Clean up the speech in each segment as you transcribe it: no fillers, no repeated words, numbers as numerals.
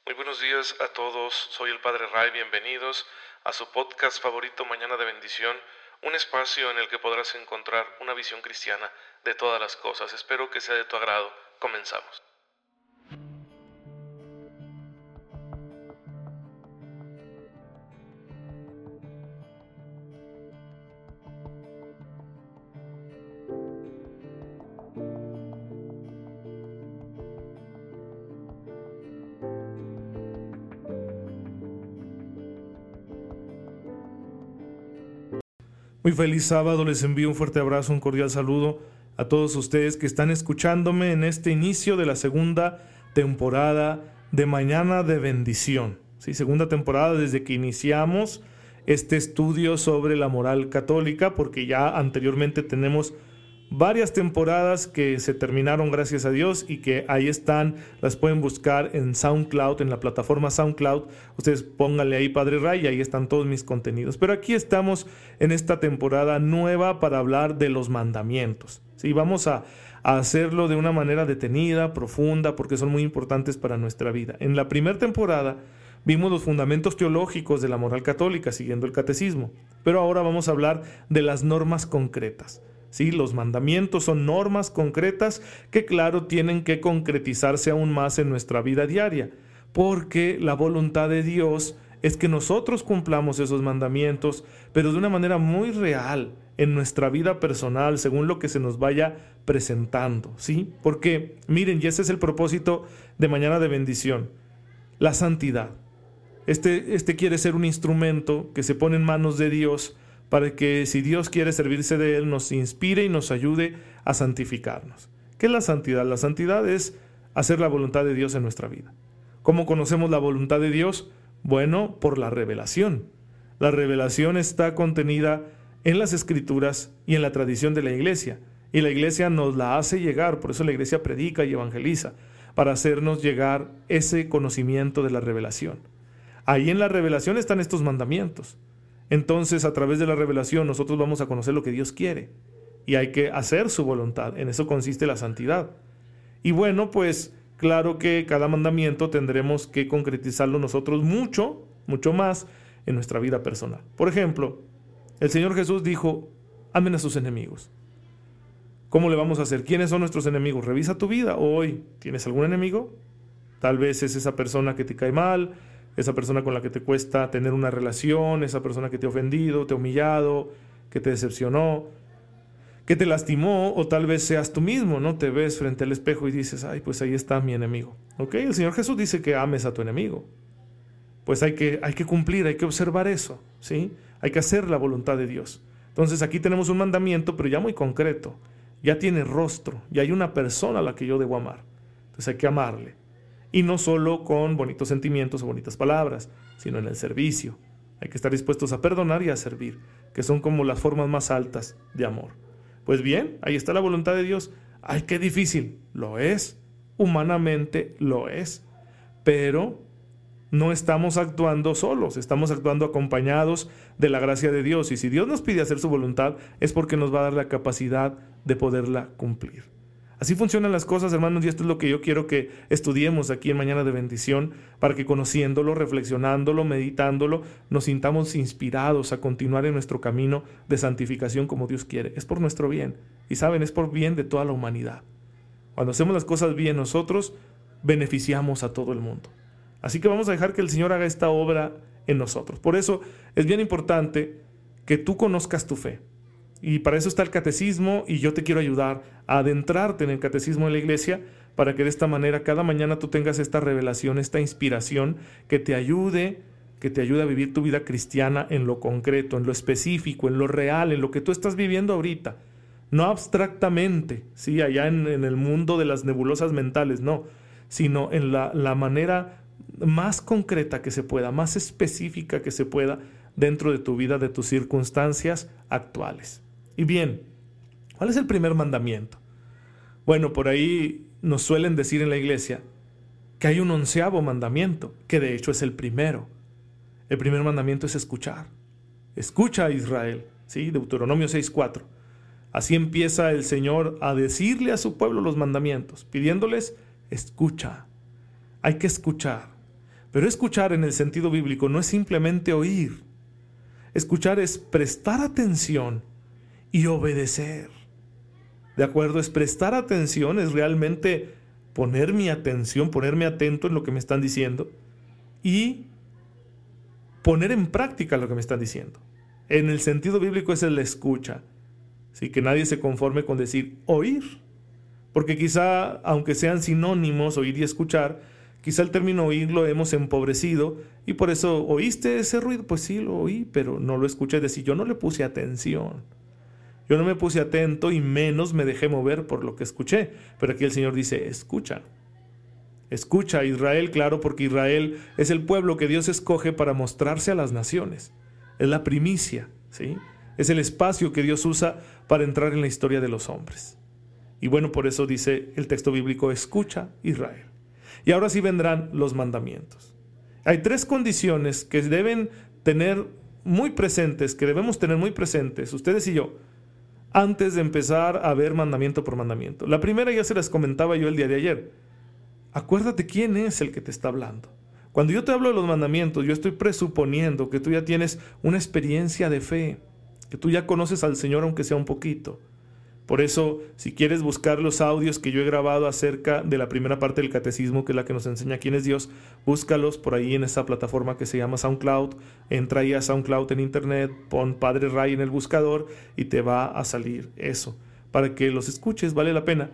Muy buenos días a todos, soy el Padre Ray, bienvenidos a su podcast favorito Mañana de Bendición, un espacio en el que podrás encontrar una visión cristiana de todas las cosas. Espero que sea de tu agrado. Comenzamos. Muy feliz sábado, les envío un fuerte abrazo, un cordial saludo a todos ustedes que están escuchándome en este inicio de la segunda temporada de Mañana de Bendición. Sí, segunda temporada desde que iniciamos este estudio sobre la moral católica, porque ya anteriormente tenemos varias temporadas que se terminaron, gracias a Dios, y que ahí están, las pueden buscar en SoundCloud, en la plataforma SoundCloud. Ustedes pónganle ahí Padre Ray y ahí están todos mis contenidos. Pero aquí estamos en esta temporada nueva para hablar de los mandamientos. Sí, vamos a hacerlo de una manera detenida, profunda, porque son muy importantes para nuestra vida. En la primera temporada vimos los fundamentos teológicos de la moral católica, siguiendo el catecismo. Pero ahora vamos a hablar de las normas concretas. Sí, los mandamientos son normas concretas que, claro, tienen que concretizarse aún más en nuestra vida diaria, porque la voluntad de Dios es que nosotros cumplamos esos mandamientos, pero de una manera muy real en nuestra vida personal, según lo que se nos vaya presentando, ¿sí? Porque, miren, y ese es el propósito de Mañana de Bendición, la santidad. Este quiere ser un instrumento que se pone en manos de Dios para que, si Dios quiere servirse de él, nos inspire y nos ayude a santificarnos. ¿Qué es la santidad? La santidad es hacer la voluntad de Dios en nuestra vida. ¿Cómo conocemos la voluntad de Dios? Bueno, por la revelación. La revelación está contenida en las Escrituras y en la tradición de la Iglesia. Y la Iglesia nos la hace llegar, por eso la Iglesia predica y evangeliza, para hacernos llegar ese conocimiento de la revelación. Ahí en la revelación están estos mandamientos. Entonces, a través de la revelación, nosotros vamos a conocer lo que Dios quiere. Y hay que hacer su voluntad. En eso consiste la santidad. Y bueno, pues claro que cada mandamiento tendremos que concretizarlo nosotros mucho más en nuestra vida personal. Por ejemplo, el Señor Jesús dijo, amen a sus enemigos. ¿Cómo le vamos a hacer? ¿Quiénes son nuestros enemigos? Revisa tu vida hoy. ¿Tienes algún enemigo? Tal vez es esa persona que te cae mal, esa persona con la que te cuesta tener una relación, esa persona que te ha ofendido, te ha humillado, que te decepcionó, que te lastimó, o tal vez seas tú mismo, ¿no? Te ves frente al espejo y dices, ay, pues ahí está mi enemigo. ¿Ok? El Señor Jesús dice que ames a tu enemigo. Pues hay que cumplir, hay que observar eso, ¿sí? Hay que hacer la voluntad de Dios. Entonces aquí tenemos un mandamiento, pero ya muy concreto. Ya tiene rostro, ya hay una persona a la que yo debo amar. Entonces hay que amarle. Y no solo con bonitos sentimientos o bonitas palabras, sino en el servicio. Hay que estar dispuestos a perdonar y a servir, que son como las formas más altas de amor. Pues bien, ahí está la voluntad de Dios. ¡Ay, qué difícil! Lo es, humanamente lo es, pero no estamos actuando solos, estamos actuando acompañados de la gracia de Dios. Y si Dios nos pide hacer su voluntad, es porque nos va a dar la capacidad de poderla cumplir. Así funcionan las cosas, hermanos, y esto es lo que yo quiero que estudiemos aquí en Mañana de Bendición, para que conociéndolo, reflexionándolo, meditándolo, nos sintamos inspirados a continuar en nuestro camino de santificación como Dios quiere. Es por nuestro bien, y saben, es por bien de toda la humanidad. Cuando hacemos las cosas bien nosotros, beneficiamos a todo el mundo. Así que vamos a dejar que el Señor haga esta obra en nosotros. Por eso es bien importante que tú conozcas tu fe. Y para eso está el catecismo, y yo te quiero ayudar a adentrarte en el catecismo de la Iglesia, para que de esta manera cada mañana tú tengas esta revelación, esta inspiración que te ayude a vivir tu vida cristiana en lo concreto, en lo específico, en lo real, en lo que tú estás viviendo ahorita. No abstractamente, ¿sí? Allá en el mundo de las nebulosas mentales, no, sino en la manera más concreta que se pueda, más específica que se pueda dentro de tu vida, de tus circunstancias actuales. Y bien, ¿cuál es el primer mandamiento? Bueno, por ahí nos suelen decir en la Iglesia que hay un 11º mandamiento, que de hecho es el primero. El primer mandamiento es escuchar. Escucha a Israel, ¿sí? Deuteronomio 6:4. Así empieza el Señor a decirle a su pueblo los mandamientos, pidiéndoles, escucha. Hay que escuchar. Pero escuchar en el sentido bíblico no es simplemente oír. Escuchar es prestar atención y obedecer. ¿De acuerdo? Es prestar atención, es realmente poner mi atención, ponerme atento en lo que me están diciendo y poner en práctica lo que me están diciendo. En el sentido bíblico es el escucha. Así que nadie se conforme con decir oír. Porque quizá, aunque sean sinónimos, oír y escuchar, quizá el término oír lo hemos empobrecido y por eso, ¿oíste ese ruido? Pues sí, lo oí, pero no lo escuché. Es decir, yo no le puse atención. Yo no me puse atento y menos me dejé mover por lo que escuché. Pero aquí el Señor dice, escucha. Escucha a Israel, claro, porque Israel es el pueblo que Dios escoge para mostrarse a las naciones. Es la primicia, ¿sí? Es el espacio que Dios usa para entrar en la historia de los hombres. Y bueno, por eso dice el texto bíblico, escucha Israel. Y ahora sí vendrán los mandamientos. Hay 3 condiciones que deben tener muy presentes, que debemos tener muy presentes, ustedes y yo, antes de empezar a ver mandamiento por mandamiento. La primera ya se las comentaba yo el día de ayer. Acuérdate quién es el que te está hablando. Cuando yo te hablo de los mandamientos, yo estoy presuponiendo que tú ya tienes una experiencia de fe, que tú ya conoces al Señor aunque sea un poquito. Por eso, si quieres buscar los audios que yo he grabado acerca de la primera parte del catecismo, que es la que nos enseña quién es Dios, búscalos por ahí en esa plataforma que se llama SoundCloud. Entra ahí a SoundCloud en internet, pon Padre Ray en el buscador y te va a salir eso. Para que los escuches, vale la pena.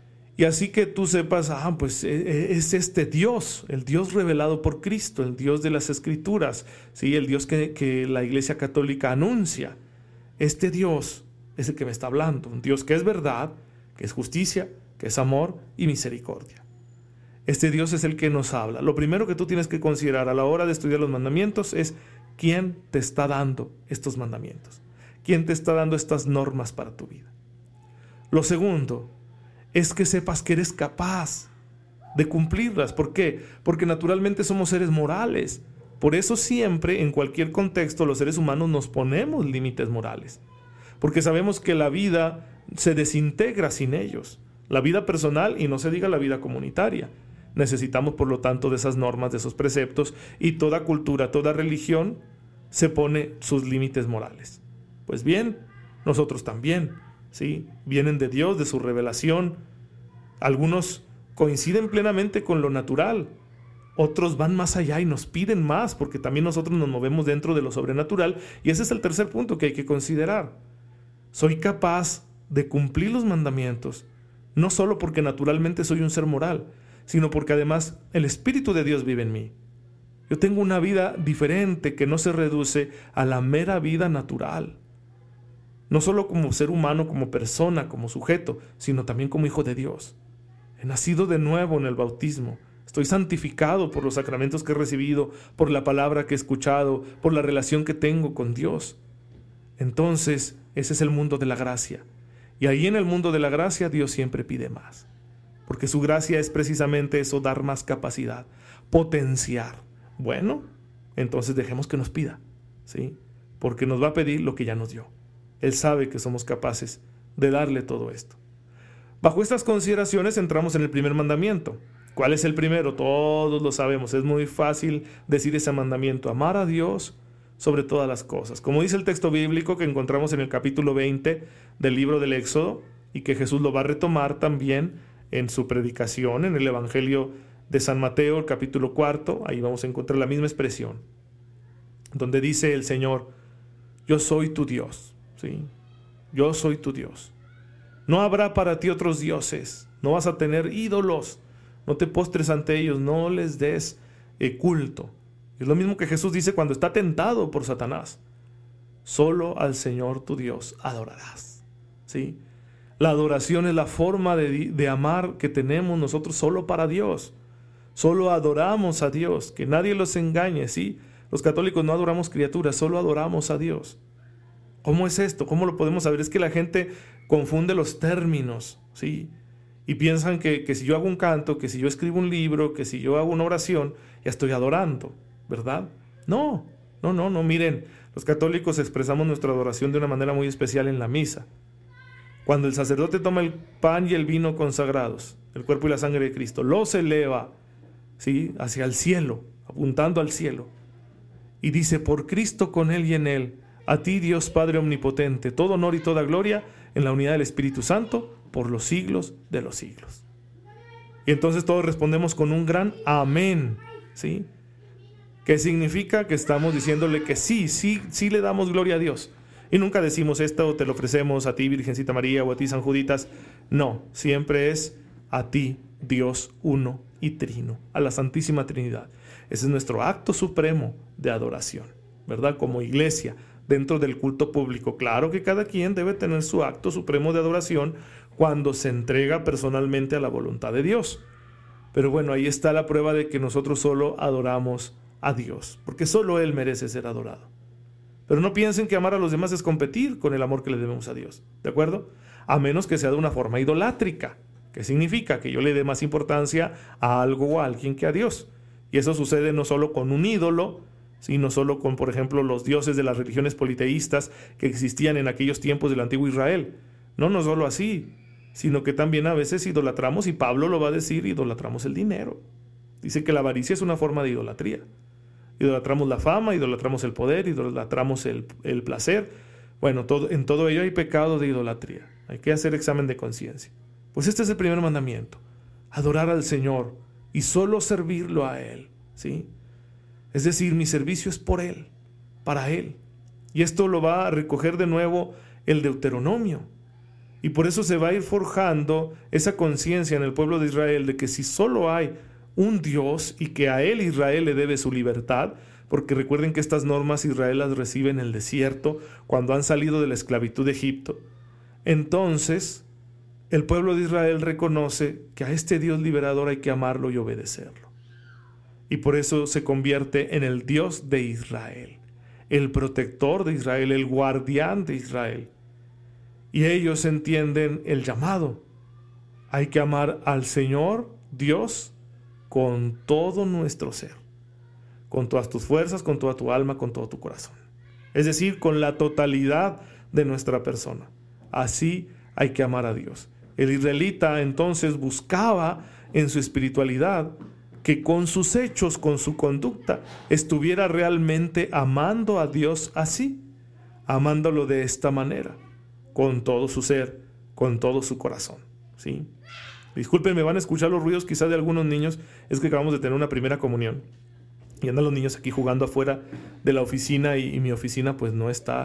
Y así que tú sepas, pues es este Dios, el Dios revelado por Cristo, el Dios de las Escrituras, ¿sí? El Dios que la Iglesia Católica anuncia. Este Dios es el que me está hablando, un Dios que es verdad, que es justicia, que es amor y misericordia. Este Dios es el que nos habla. Lo primero que tú tienes que considerar a la hora de estudiar los mandamientos es quién te está dando estos mandamientos, quién te está dando estas normas para tu vida. Lo segundo es que sepas que eres capaz de cumplirlas. ¿Por qué? Porque naturalmente somos seres morales. Por eso siempre, en cualquier contexto, los seres humanos nos ponemos límites morales. Porque sabemos que la vida se desintegra sin ellos. La vida personal y no se diga la vida comunitaria. Necesitamos, por lo tanto, de esas normas, de esos preceptos, y toda cultura, toda religión se pone sus límites morales. Pues bien, nosotros también, ¿sí? Vienen de Dios, de su revelación. Algunos coinciden plenamente con lo natural. Otros van más allá y nos piden más, porque también nosotros nos movemos dentro de lo sobrenatural. Y ese es el tercer punto que hay que considerar. Soy capaz de cumplir los mandamientos, no solo porque naturalmente soy un ser moral, sino porque además el Espíritu de Dios vive en mí. Yo tengo una vida diferente que no se reduce a la mera vida natural. No solo como ser humano, como persona, como sujeto, sino también como hijo de Dios. He nacido de nuevo en el bautismo. Estoy santificado por los sacramentos que he recibido, por la palabra que he escuchado, por la relación que tengo con Dios. Entonces, ese es el mundo de la gracia. Y ahí en el mundo de la gracia Dios siempre pide más. Porque su gracia es precisamente eso, dar más capacidad, potenciar. Bueno, entonces dejemos que nos pida, ¿sí? Porque nos va a pedir lo que ya nos dio. Él sabe que somos capaces de darle todo esto. Bajo estas consideraciones entramos en el primer mandamiento. ¿Cuál es el primero? Todos lo sabemos. Es muy fácil decir ese mandamiento. Amar a Dios sobre todas las cosas. Como dice el texto bíblico que encontramos en el capítulo 20 del libro del Éxodo y que Jesús lo va a retomar también en su predicación en el Evangelio de San Mateo, el capítulo 4, ahí vamos a encontrar la misma expresión, donde dice el Señor, yo soy tu Dios, ¿sí? Yo soy tu Dios. No habrá para ti otros dioses, no vas a tener ídolos, no te postres ante ellos, no les des culto. Es lo mismo que Jesús dice cuando está tentado por Satanás. Solo al Señor tu Dios adorarás, ¿sí? La adoración es la forma de amar que tenemos nosotros solo para Dios. Solo adoramos a Dios, que nadie los engañe, ¿sí? Los católicos no adoramos criaturas, solo adoramos a Dios. ¿Cómo es esto? ¿Cómo lo podemos saber? Es que la gente confunde los términos, ¿sí? Y piensan que si yo hago un canto, que si yo escribo un libro, que si yo hago una oración, ya estoy adorando, ¿verdad? No, miren, los católicos expresamos nuestra adoración de una manera muy especial en la misa. Cuando el sacerdote toma el pan y el vino consagrados, el cuerpo y la sangre de Cristo, los eleva, ¿sí?, hacia el cielo, apuntando al cielo. Y dice: por Cristo, con Él y en Él, a ti, Dios Padre omnipotente, todo honor y toda gloria en la unidad del Espíritu Santo, por los siglos de los siglos. Y entonces todos respondemos con un gran amén, ¿sí? Que significa que estamos diciéndole que sí le damos gloria a Dios. Y nunca decimos: esto te lo ofrecemos a ti, Virgencita María, o a ti, San Juditas. No, siempre es a ti, Dios uno y trino, a la Santísima Trinidad. Ese es nuestro acto supremo de adoración, ¿verdad? Como iglesia, dentro del culto público. Claro que cada quien debe tener su acto supremo de adoración cuando se entrega personalmente a la voluntad de Dios. Pero bueno, ahí está la prueba de que nosotros solo adoramos a Dios, porque solo Él merece ser adorado. Pero no piensen que amar a los demás es competir con el amor que le debemos a Dios, ¿de acuerdo? A menos que sea de una forma idolátrica, que significa que yo le dé más importancia a algo o a alguien que a Dios. Y eso sucede no solo con un ídolo, sino solo con, por ejemplo, los dioses de las religiones politeístas que existían en aquellos tiempos del antiguo Israel. No solo así, sino que también a veces idolatramos, y Pablo lo va a decir, idolatramos el dinero. Dice que la avaricia es una forma de idolatría. Idolatramos la fama, idolatramos el poder, idolatramos el placer. Bueno, en todo ello hay pecado de idolatría. Hay que hacer examen de conciencia. Pues este es el primer mandamiento: adorar al Señor y solo servirlo a Él, ¿sí? Es decir, mi servicio es por Él, para Él. Y esto lo va a recoger de nuevo el Deuteronomio. Y por eso se va a ir forjando esa conciencia en el pueblo de Israel de que si solo hay un Dios y que a Él Israel le debe su libertad, porque recuerden que estas normas Israel las recibe en el desierto cuando han salido de la esclavitud de Egipto. Entonces, el pueblo de Israel reconoce que a este Dios liberador hay que amarlo y obedecerlo. Y por eso se convierte en el Dios de Israel, el protector de Israel, el guardián de Israel. Y ellos entienden el llamado. Hay que amar al Señor, Dios, con todo nuestro ser, con todas tus fuerzas, con toda tu alma, con todo tu corazón. Es decir, con la totalidad de nuestra persona. Así hay que amar a Dios. El israelita entonces buscaba en su espiritualidad que con sus hechos, con su conducta, estuviera realmente amando a Dios así, amándolo de esta manera, con todo su ser, con todo su corazón, ¿sí? Disculpen, me van a escuchar los ruidos quizás de algunos niños, es que acabamos de tener una primera comunión y andan los niños aquí jugando afuera de la oficina y mi oficina pues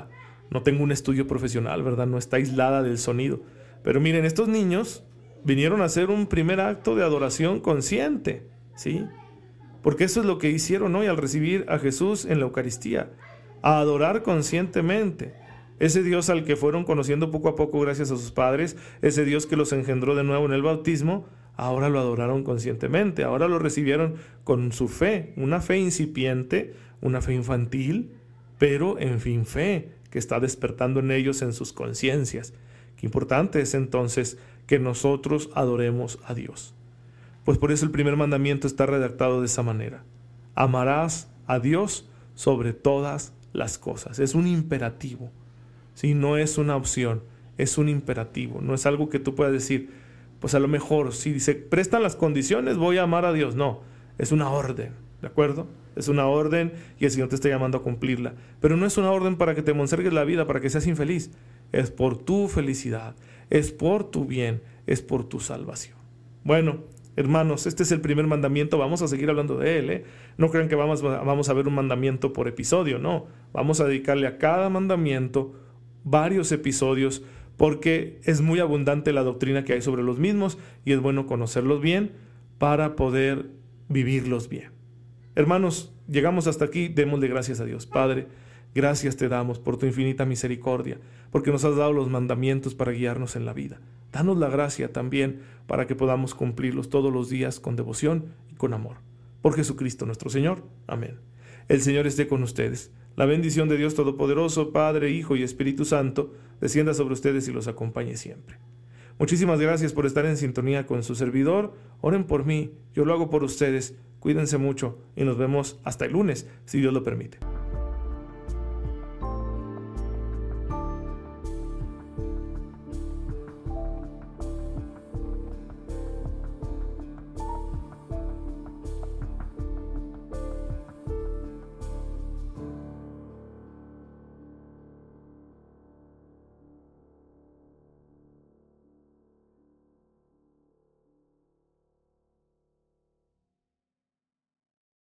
no tengo un estudio profesional, ¿verdad? No está aislada del sonido. Pero miren, estos niños vinieron a hacer un primer acto de adoración consciente, ¿sí? Porque eso es lo que hicieron hoy al recibir a Jesús en la Eucaristía, a adorar conscientemente. Ese Dios al que fueron conociendo poco a poco gracias a sus padres, ese Dios que los engendró de nuevo en el bautismo, ahora lo adoraron conscientemente, ahora lo recibieron con su fe, una fe incipiente, una fe infantil, pero en fin fe que está despertando en ellos, en sus conciencias. Qué importante es entonces que nosotros adoremos a Dios. Pues por eso el primer mandamiento está redactado de esa manera: amarás a Dios sobre todas las cosas. Es un imperativo. Sí, no es una opción, es un imperativo. No es algo que tú puedas decir, pues a lo mejor si se prestan las condiciones voy a amar a Dios. No, es una orden, ¿de acuerdo? Es una orden y el Señor te está llamando a cumplirla. Pero no es una orden para que te monsergues la vida, para que seas infeliz. Es por tu felicidad, es por tu bien, es por tu salvación. Bueno, hermanos, este es el primer mandamiento. Vamos a seguir hablando de él, No crean que vamos a ver un mandamiento por episodio, no. Vamos a dedicarle a cada mandamiento varios episodios, porque es muy abundante la doctrina que hay sobre los mismos y es bueno conocerlos bien para poder vivirlos bien. Hermanos, llegamos hasta aquí, démosle gracias a Dios. Padre, gracias te damos por tu infinita misericordia, porque nos has dado los mandamientos para guiarnos en la vida. Danos la gracia también para que podamos cumplirlos todos los días con devoción y con amor. Por Jesucristo nuestro Señor. Amén. El Señor esté con ustedes. La bendición de Dios Todopoderoso, Padre, Hijo y Espíritu Santo, descienda sobre ustedes y los acompañe siempre. Muchísimas gracias por estar en sintonía con su servidor. Oren por mí, yo lo hago por ustedes. Cuídense mucho y nos vemos hasta el lunes, si Dios lo permite.